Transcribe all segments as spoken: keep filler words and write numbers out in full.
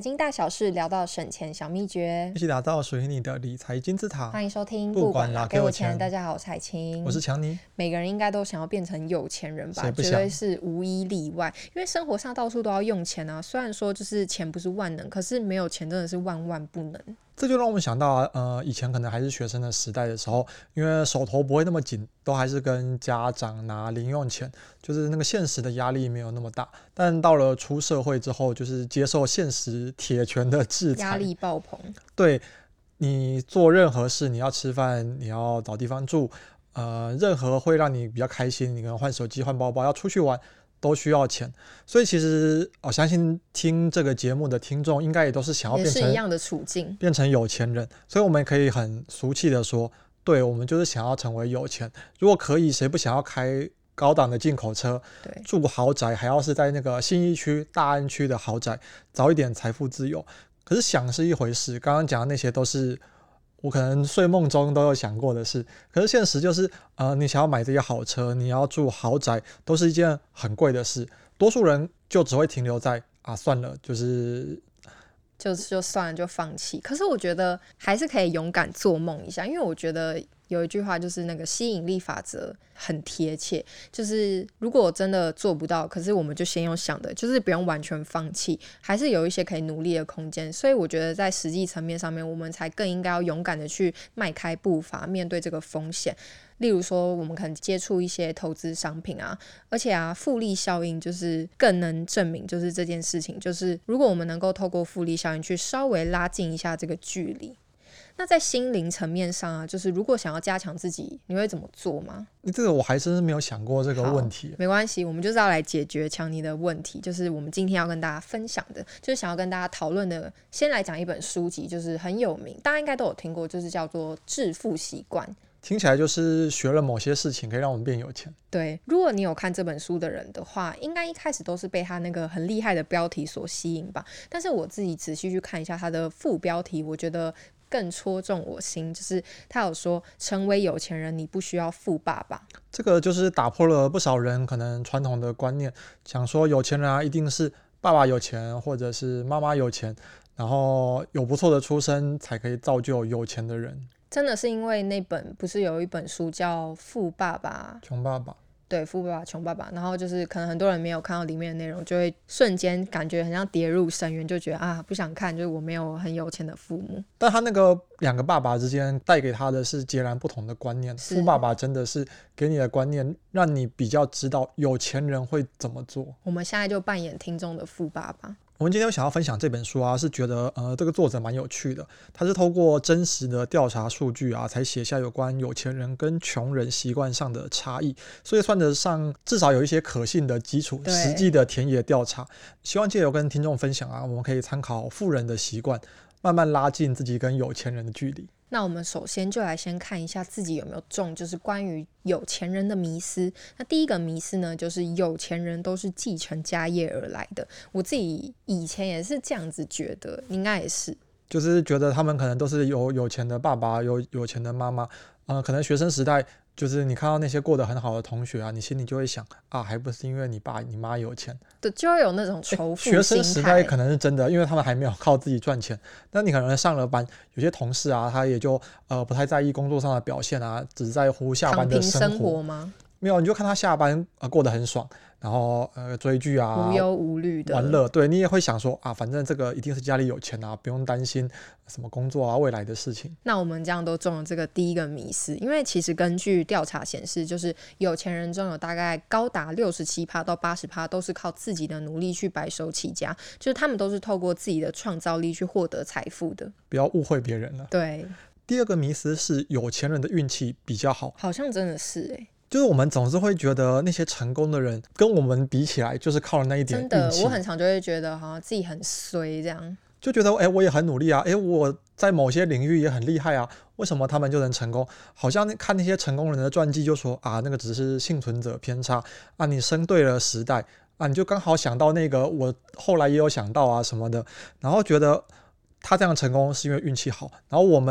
财经大小事，聊到省钱小秘诀， 一起打造属于你的理财金字塔。 欢迎收听不管啦给我钱。 大家好，我是彩青， 我是强尼。 每个人应该都想要变成有钱人吧， 谁不想？ 绝对是无一例外。因为生活上到处都要用钱啊，虽然说就是钱不是万能，可是没有钱真的是万万不能。 这就让我们想到啊，呃，以前可能还是学生的时代的时候，因为手头不会那么紧，都还是跟家长拿零用钱，就是那个现实的压力没有那么大。但到了出社会之后，就是接受现实铁拳的制裁， 压力爆棚。 对，你做任何事，你要吃饭，你要找地方住，呃，任何会让你比较开心，你可能换手机、换包包，要出去玩，都需要钱。所以其实我、哦、相信听这个节目的听众应该也都是想要变成也是一样的处境， 变成有钱人。所以我们可以很俗气的说，对，我们就是想要成为有钱。如果可以，谁不想要开高档的进口车， 对， 住豪宅，还要是在那个信义区、大安区的豪宅，早一点财富自由。可是想是一回事，刚刚讲的那些都是我可能睡梦中都有想过的事，可是现实就是，呃，你想要买这些好车，你要住豪宅，都是一件很贵的事。多数人就只会停留在啊，算了，就是就就算了，就放弃。可是我觉得还是可以勇敢做梦一下，因为我觉得有一句话就是那个吸引力法则很贴切，就是如果我真的做不到，可是我们就先用想的，就是不用完全放弃，还是有一些可以努力的空间。所以我觉得在实际层面上面，我们才更应该要勇敢的去迈开步伐，面对这个风险。例如说我们可能接触一些投资商品啊，而且啊复利效应就是更能证明就是这件事情，就是如果我们能够透过复利效应去稍微拉近一下这个距离。那在心灵层面上啊，就是如果想要加强自己，你会怎么做吗？ 这个我还真是没有想过这个问题。 没关系，我们就是要来解决强尼的问题，就是我们今天要跟大家分享的，就是想要跟大家讨论的。先来讲一本书籍，就是很有名，大家应该都有听过，就是叫做《致富习惯》。 听起来就是学了某些事情可以让我们变有钱。 对，如果你有看这本书的人的话，应该一开始都是被他那个很厉害的标题所吸引吧。但是我自己仔细去看一下他的副标题，我觉得更戳中我心，就是他有说成为有钱人你不需要富爸爸。 这个就是打破了不少人可能传统的观念，想说有钱人啊一定是爸爸有钱或者是妈妈有钱，然后有不错的出身才可以造就有钱的人。 真的是因为那本不是有一本书叫《富爸爸穷爸爸》， 对，富爸爸穷爸爸，然后就是可能很多人没有看到里面的内容，就会瞬间感觉很像跌入深渊，就觉得啊不想看，就是我没有很有钱的父母。 但他那个两个爸爸之间带给他的是截然不同的观念。富爸爸真的是给你的观念让你比较知道有钱人会怎么做。 我们现在就扮演听众的富爸爸。 我们今天有想要分享这本书啊，是觉得呃这个作者蛮有趣的，他是透过真实的调查数据啊，才写下有关有钱人跟穷人习惯上的差异，所以算得上至少有一些可信的基础，实际的田野调查。希望借由跟听众分享啊，我们可以参考富人的习惯，慢慢拉近自己跟有钱人的距离。 那我们首先就来先看一下自己有没有中，就是关于有钱人的迷思。那第一个迷思呢，就是有钱人都是继承家业而来的。我自己以前也是这样子觉得，应该也是， 就是觉得他们可能都是有有钱的爸爸，有有钱的妈妈，呃，可能学生时代就是你看到那些过得很好的同学啊，你心里就会想啊，还不是因为你爸你妈有钱。 对，就会有那种仇富心态。 学生时代可能是真的，因为他们还没有靠自己赚钱。但你可能上了班，有些同事啊，他也就呃不太在意工作上的表现啊，只在乎下班的生活。 躺平生活吗？ 没有，你就看他下班呃过得很爽，然后呃追剧啊， 无忧无虑的玩乐。对，你也会想说啊，反正这个一定是家里有钱啊，不用担心什么工作啊未来的事情。 那我们这样都中了这个第一个迷思，因为其实根据调查显示，就是有钱人中有大概高达 百分之六十七 到 百分之八十 都是靠自己的努力去白手起家，就是他们都是透过自己的创造力去获得财富的。 不要误会别人了。 对。 第二个迷思是有钱人的运气比较好， 好像真的是耶、欸就是我们总是会觉得那些成功的人跟我们比起来，就是靠了那一点运气。 真的，我很常就会觉得好像自己很衰这样， 就觉得哎，我也很努力啊，哎，我在某些领域也很厉害啊，为什么他们就能成功？好像看那些成功人的传记就说啊，那个只是幸存者偏差啊，你生对了时代啊，你就刚好想到那个我后来也有想到啊什么的，然后觉得他这样成功是因为运气好，然后我们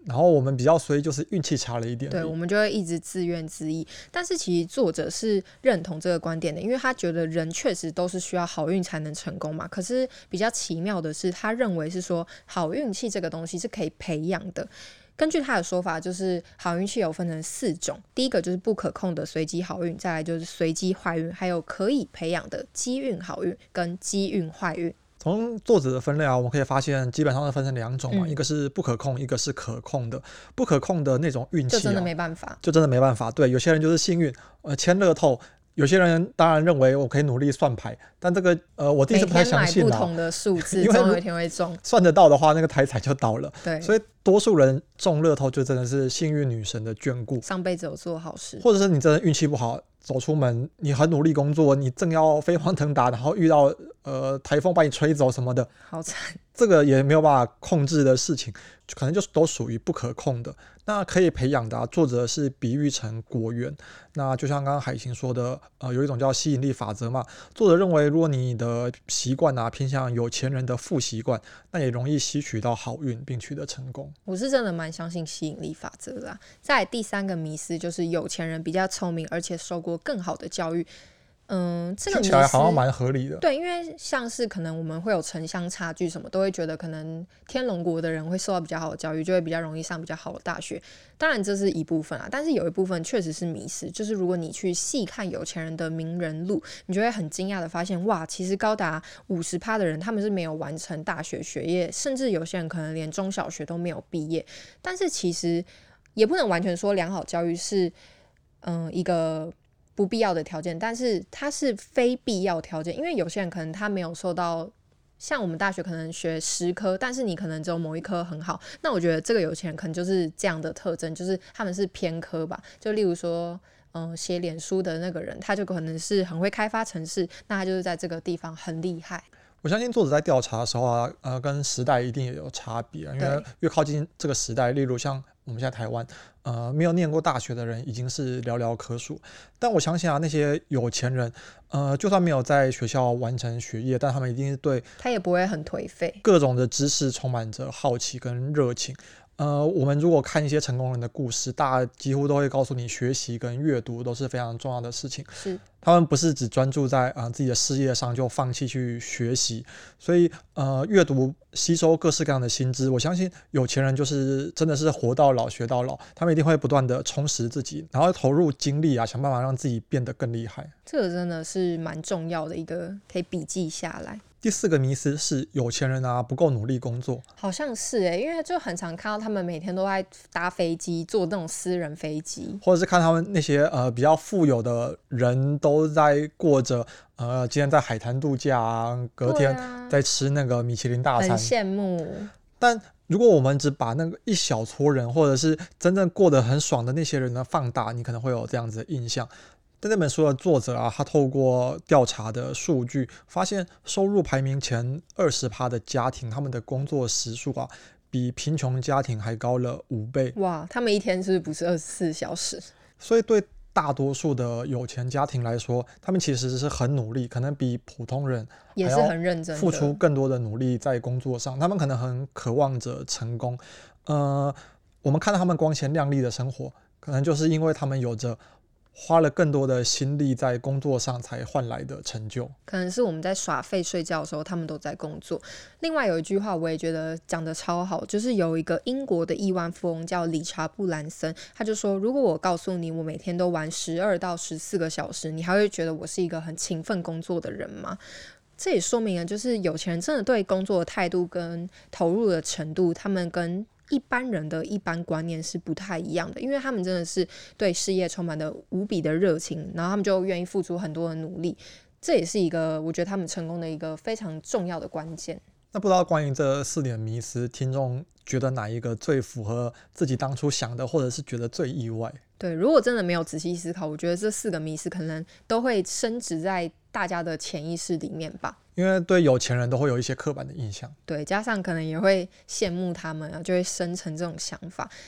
然后我们比较衰就是运气差了一点而已， 对，我们就会一直自怨自艾。但是其实作者是认同这个观点的，因为他觉得人确实都是需要好运才能成功嘛。可是比较奇妙的是，他认为是说好运气这个东西是可以培养的。根据他的说法，就是好运气有分成四种，第一个就是不可控的随机好运，再来就是随机坏运，还有可以培养的机运好运跟机运坏运。 从作者的分类啊，我们可以发现基本上是分成两种嘛、嗯，一个是不可控，一个是可控的。不可控的那种运气、啊、 就真的没办法， 就真的没办法。对，有些人就是幸运，呃，签乐透。有些人当然认为我可以努力算牌，但这个呃，我自己是不太相信啦。 每天买不同的数字，总有一天会中。 算得到的话，那个台彩就倒了。 对， 所以多数人中乐透就真的是幸运女神的眷顾， 上辈子有做好事， 或者是你真的运气不好，走出门你很努力工作，你正要飞黄腾达，然后遇到呃台风把你吹走什么的， 好惨。 这个也没有办法控制的事情，可能就都属于不可控的。那可以培养的、啊，作者是比喻成果园。那就像刚刚海晴说的，呃，有一种叫吸引力法则嘛。作者认为，如果你的习惯啊偏向有钱人的负习惯，那也容易吸取到好运，并取得成功。 我是真的蛮相信吸引力法则的、啊。再来第三个迷思就是有钱人比较聪明，而且受过更好的教育。嗯，这个听起来好像蛮合理的。 对，因为像是可能我们会有城乡差距什么，都会觉得可能天龙国的人会受到比较好的教育，就会比较容易上比较好的大学。当然这是一部分啊，但是有一部分确实是迷思，就是如果你去细看有钱人的名人录，你就会很惊讶的发现，哇，其实高达 百分之五十 的人他们是没有完成大学学业，甚至有些人可能连中小学都没有毕业。但是其实也不能完全说良好教育是嗯一个不必要的条件，但是它是非必要条件，因为有些人可能他没有受到，像我们大学可能学十科，但是你可能只有某一科很好，那我觉得这个有钱人可能就是这样的特征，就是他们是偏科吧，就例如说嗯，写脸书的那个人，他就可能是很会开发程式，那他就是在这个地方很厉害。 我相信作者在调查的时候啊，呃，跟时代一定也有差别，因为越靠近这个时代，例如像我们现在台湾，呃，没有念过大学的人已经是寥寥可数。但我相信啊，那些有钱人，呃，就算没有在学校完成学业，但他们一定是对他也不会很颓废， 各种的知识充满着好奇跟热情。呃，我们如果看一些成功人的故事，大家几乎都会告诉你，学习跟阅读都是非常重要的事情。 是， 他们不是只专注在、呃、自己的事业上就放弃去学习，所以呃，阅读吸收各式各样的新知。我相信有钱人就是真的是活到老学到老，他们一定会不断的充实自己，然后投入精力啊，想办法让自己变得更厉害。 这个真的是蛮重要的一个，可以笔记下来。 第四个迷思是有钱人啊不够努力工作， 好像是耶，因为就很常看到他们每天都在搭飞机，坐那种私人飞机， 或者是看他们那些呃比较富有的人都在过着呃今天在海滩度假啊，隔天在吃那个米其林大餐， 很羡慕。 但如果我们只把那个一小撮人或者是真正过得很爽的那些人呢放大，你可能会有这样子的印象。但这本书的作者啊，他透过调查的数据，发现收入排名前 百分之二十 的家庭，他们的工作时数啊，比贫穷家庭还高了五倍。 哇，他们一天是不是不是二十四小时？ 所以对大多数的有钱家庭来说，他们其实是很努力，可能比普通人也是很认真， 付出更多的努力在工作上。他们可能很渴望着成功。呃，我们看到他们光鲜亮丽的生活，可能就是因为他们有着花了更多的心力在工作上才换来的成就， 可能是我们在耍废睡觉的时候他们都在工作。另外有一句话我也觉得讲得超好，就是有一个英国的亿万富翁叫理查布兰森，他就说，如果我告诉你我每天都玩十二到十四个小时，你还会觉得我是一个很勤奋工作的人吗？这也说明了就是有钱人真的对工作的态度跟投入的程度，他们跟一般人的一般观念是不太一样的，因为他们真的是对事业充满了无比的热情，然后他们就愿意付出很多的努力，这也是一个我觉得他们成功的一个非常重要的关键。 那不知道关于这四点迷思，听众觉得哪一个最符合自己当初想的，或者是觉得最意外？ 对，如果真的没有仔细思考，我觉得这四个迷思可能都会深植在大家的潜意识里面吧， 因为对有钱人都会有一些刻板的印象， 对，加上可能也会羡慕他们啊，就会生成这种想法。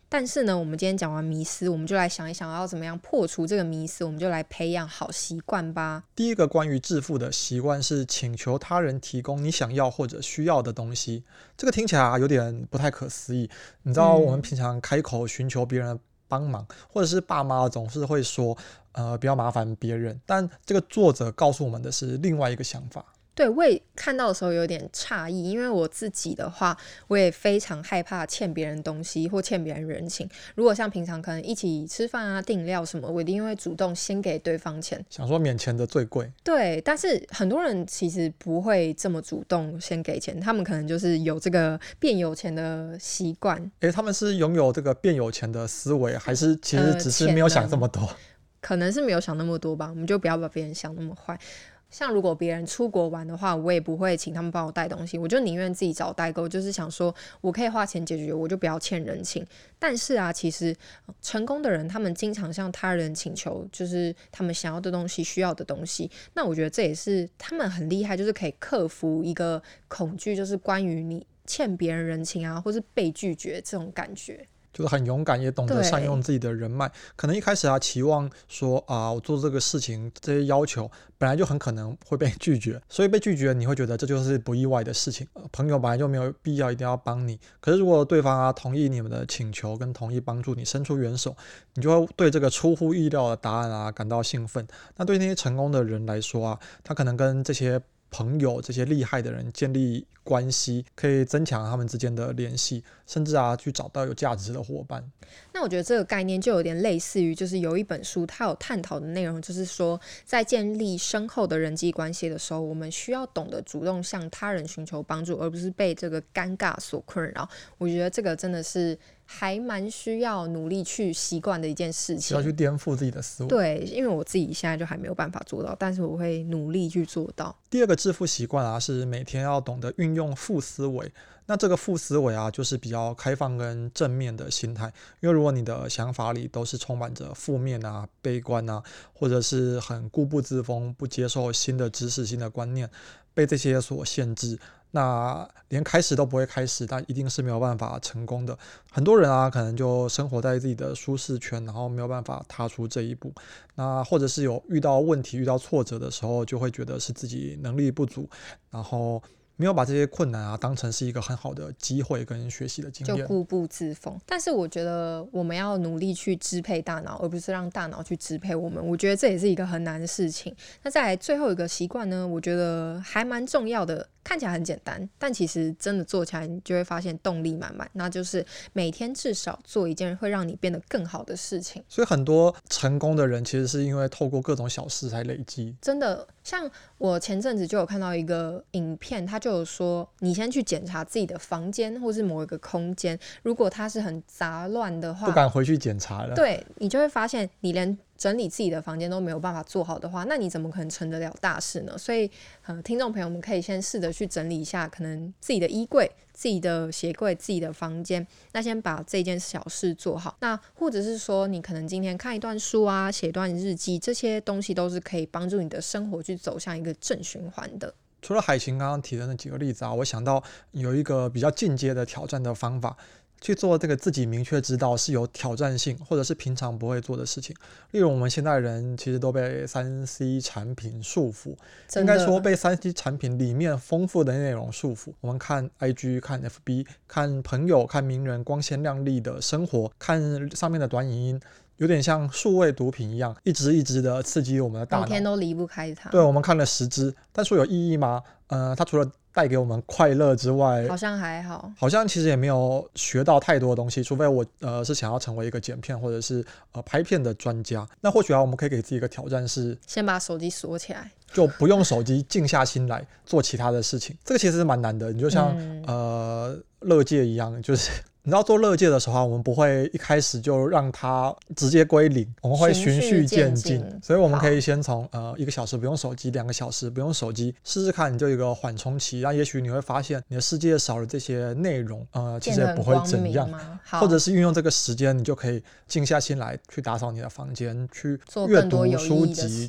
但是呢，我们今天讲完迷思，我们就来想一想要怎么样破除这个迷思，我们就来培养好习惯吧。 第一个关于致富的习惯是请求他人提供你想要或者需要的东西。这个听起来、啊、有点不太可思议。你知道我们平常开口寻求别人帮忙、嗯、或者是爸妈总是会说呃，不要麻烦别人，但这个作者告诉我们的是另外一个想法。 对，我也看到的时候有点诧异，因为我自己的话，我也非常害怕欠别人东西或欠别人人情。如果像平常可能一起吃饭啊、订饮料什么，我一定会主动先给对方钱， 想说免钱的最贵。 对，但是很多人其实不会这么主动先给钱，他们可能就是有这个变有钱的习惯。 诶，他们是拥有这个变有钱的思维，还是其实只是没有想这么多？呃、 可能是没有想那么多吧，我们就不要把别人想那么坏。像如果别人出国玩的话，我也不会请他们帮我带东西，我就宁愿自己找代购，就是想说我可以花钱解决，我就不要欠人情。但是啊，其实成功的人他们经常向他人请求，就是他们想要的东西、需要的东西，那我觉得这也是他们很厉害，就是可以克服一个恐惧，就是关于你欠别人人情啊，或是被拒绝这种感觉。 就是很勇敢，也懂得善用自己的人脉。可能一开始啊，期望说啊，我做这个事情，这些要求本来就很可能会被拒绝，所以被拒绝，你会觉得这就是不意外的事情。呃、朋友本来就没有必要一定要帮你，可是如果对方啊同意你们的请求，跟同意帮助你伸出援手，你就会对这个出乎意料的答案啊感到兴奋。那对那些成功的人来说啊，他可能跟这些朋友这些厉害的人建立关系，可以增强他们之间的联系，甚至啊去找到有价值的伙伴。 那我觉得这个概念就有点类似于，就是有一本书它有探讨的内容，就是说在建立深厚的人际关系的时候，我们需要懂得主动向他人寻求帮助，而不是被这个尴尬所困扰。我觉得这个真的是还蛮需要努力去习惯的一件事情， 需要去颠覆自己的思维。 对，因为我自己现在就还没有办法做到，但是我会努力去做到。 第二个致富习惯啊，是每天要懂得运用负思维。那这个负思维啊，就是比较开放跟正面的心态。因为如果你的想法里都是充满着负面啊、悲观啊，或者是很固步自封，不接受新的知识、新的观念，被这些所限制，那连开始都不会开始，但一定是没有办法成功的。很多人啊，可能就生活在自己的舒适圈，然后没有办法踏出这一步。那或者是有遇到问题、遇到挫折的时候，就会觉得是自己能力不足，然后没有把这些困难啊当成是一个很好的机会跟学习的经验， 就固步自封。但是我觉得我们要努力去支配大脑，而不是让大脑去支配我们。我觉得这也是一个很难的事情。那再来最后一个习惯呢，我觉得还蛮重要的，看起来很简单，但其实真的做起来你就会发现动力满满，那就是每天至少做一件会让你变得更好的事情。 所以很多成功的人其实是因为透过各种小事才累积。 真的，像我前阵子就有看到一个影片，他就有说你先去检查自己的房间或是某一个空间，如果它是很杂乱的话， 不敢回去检查了， 对，你就会发现你连整理自己的房间都没有办法做好的话，那你怎么可能成得了大事呢？所以、呃、听众朋友们可以先试着去整理一下可能自己的衣柜、自己的鞋柜、自己的房间，那先把这件小事做好。那或者是说你可能今天看一段书啊，写一段日记，这些东西都是可以帮助你的生活去走向一个正循环的。 除了海晴刚刚提的那几个例子啊，我想到有一个比较进阶的挑战的方法，去做这个自己明确知道是有挑战性或者是平常不会做的事情。例如我们现代人其实都被 三 C 产品束缚，应该说被 三 C 产品里面丰富的内容束缚。我们看 I G 看 F B 看朋友看名人光鲜亮丽的生活，看上面的短影音，有点像数位毒品一样，一支一支的刺激我们的大脑， 每天都离不开它。 对，我们看了十支，但说有意义吗？呃，它除了带给我们快乐之外， 好像还好， 好像其实也没有学到太多的东西，除非我呃是想要成为一个剪片或者是呃拍片的专家。那或许啊，我们可以给自己一个挑战是，先把手机锁起来， 就不用手机，静下心来做其他的事情。这个其实是蛮难的，你就像、嗯、呃乐界一样，就是你知道做乐界的时候，我们不会一开始就让它直接归零，我们会循序渐进，所以我们可以先从呃一个小时不用手机，两个小时不用手机，试试看，你就有一个缓冲期，那也许你会发现你的世界少了这些内容，呃，其实也不会怎样，或者是运用这个时间，你就可以静下心来去打扫你的房间，去阅读书籍。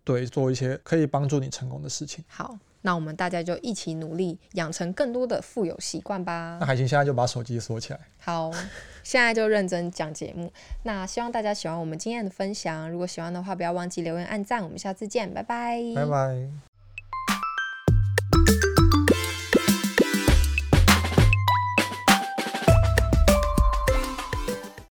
对，做一些可以帮助你成功的事情。 好，那我们大家就一起努力养成更多的富有习惯吧。 那海晴现在就把手机锁起来。 好，现在就认真讲节目。那希望大家喜欢我们今天的分享，如果喜欢的话不要忘记留言按赞，我们下次见，拜拜。 拜拜。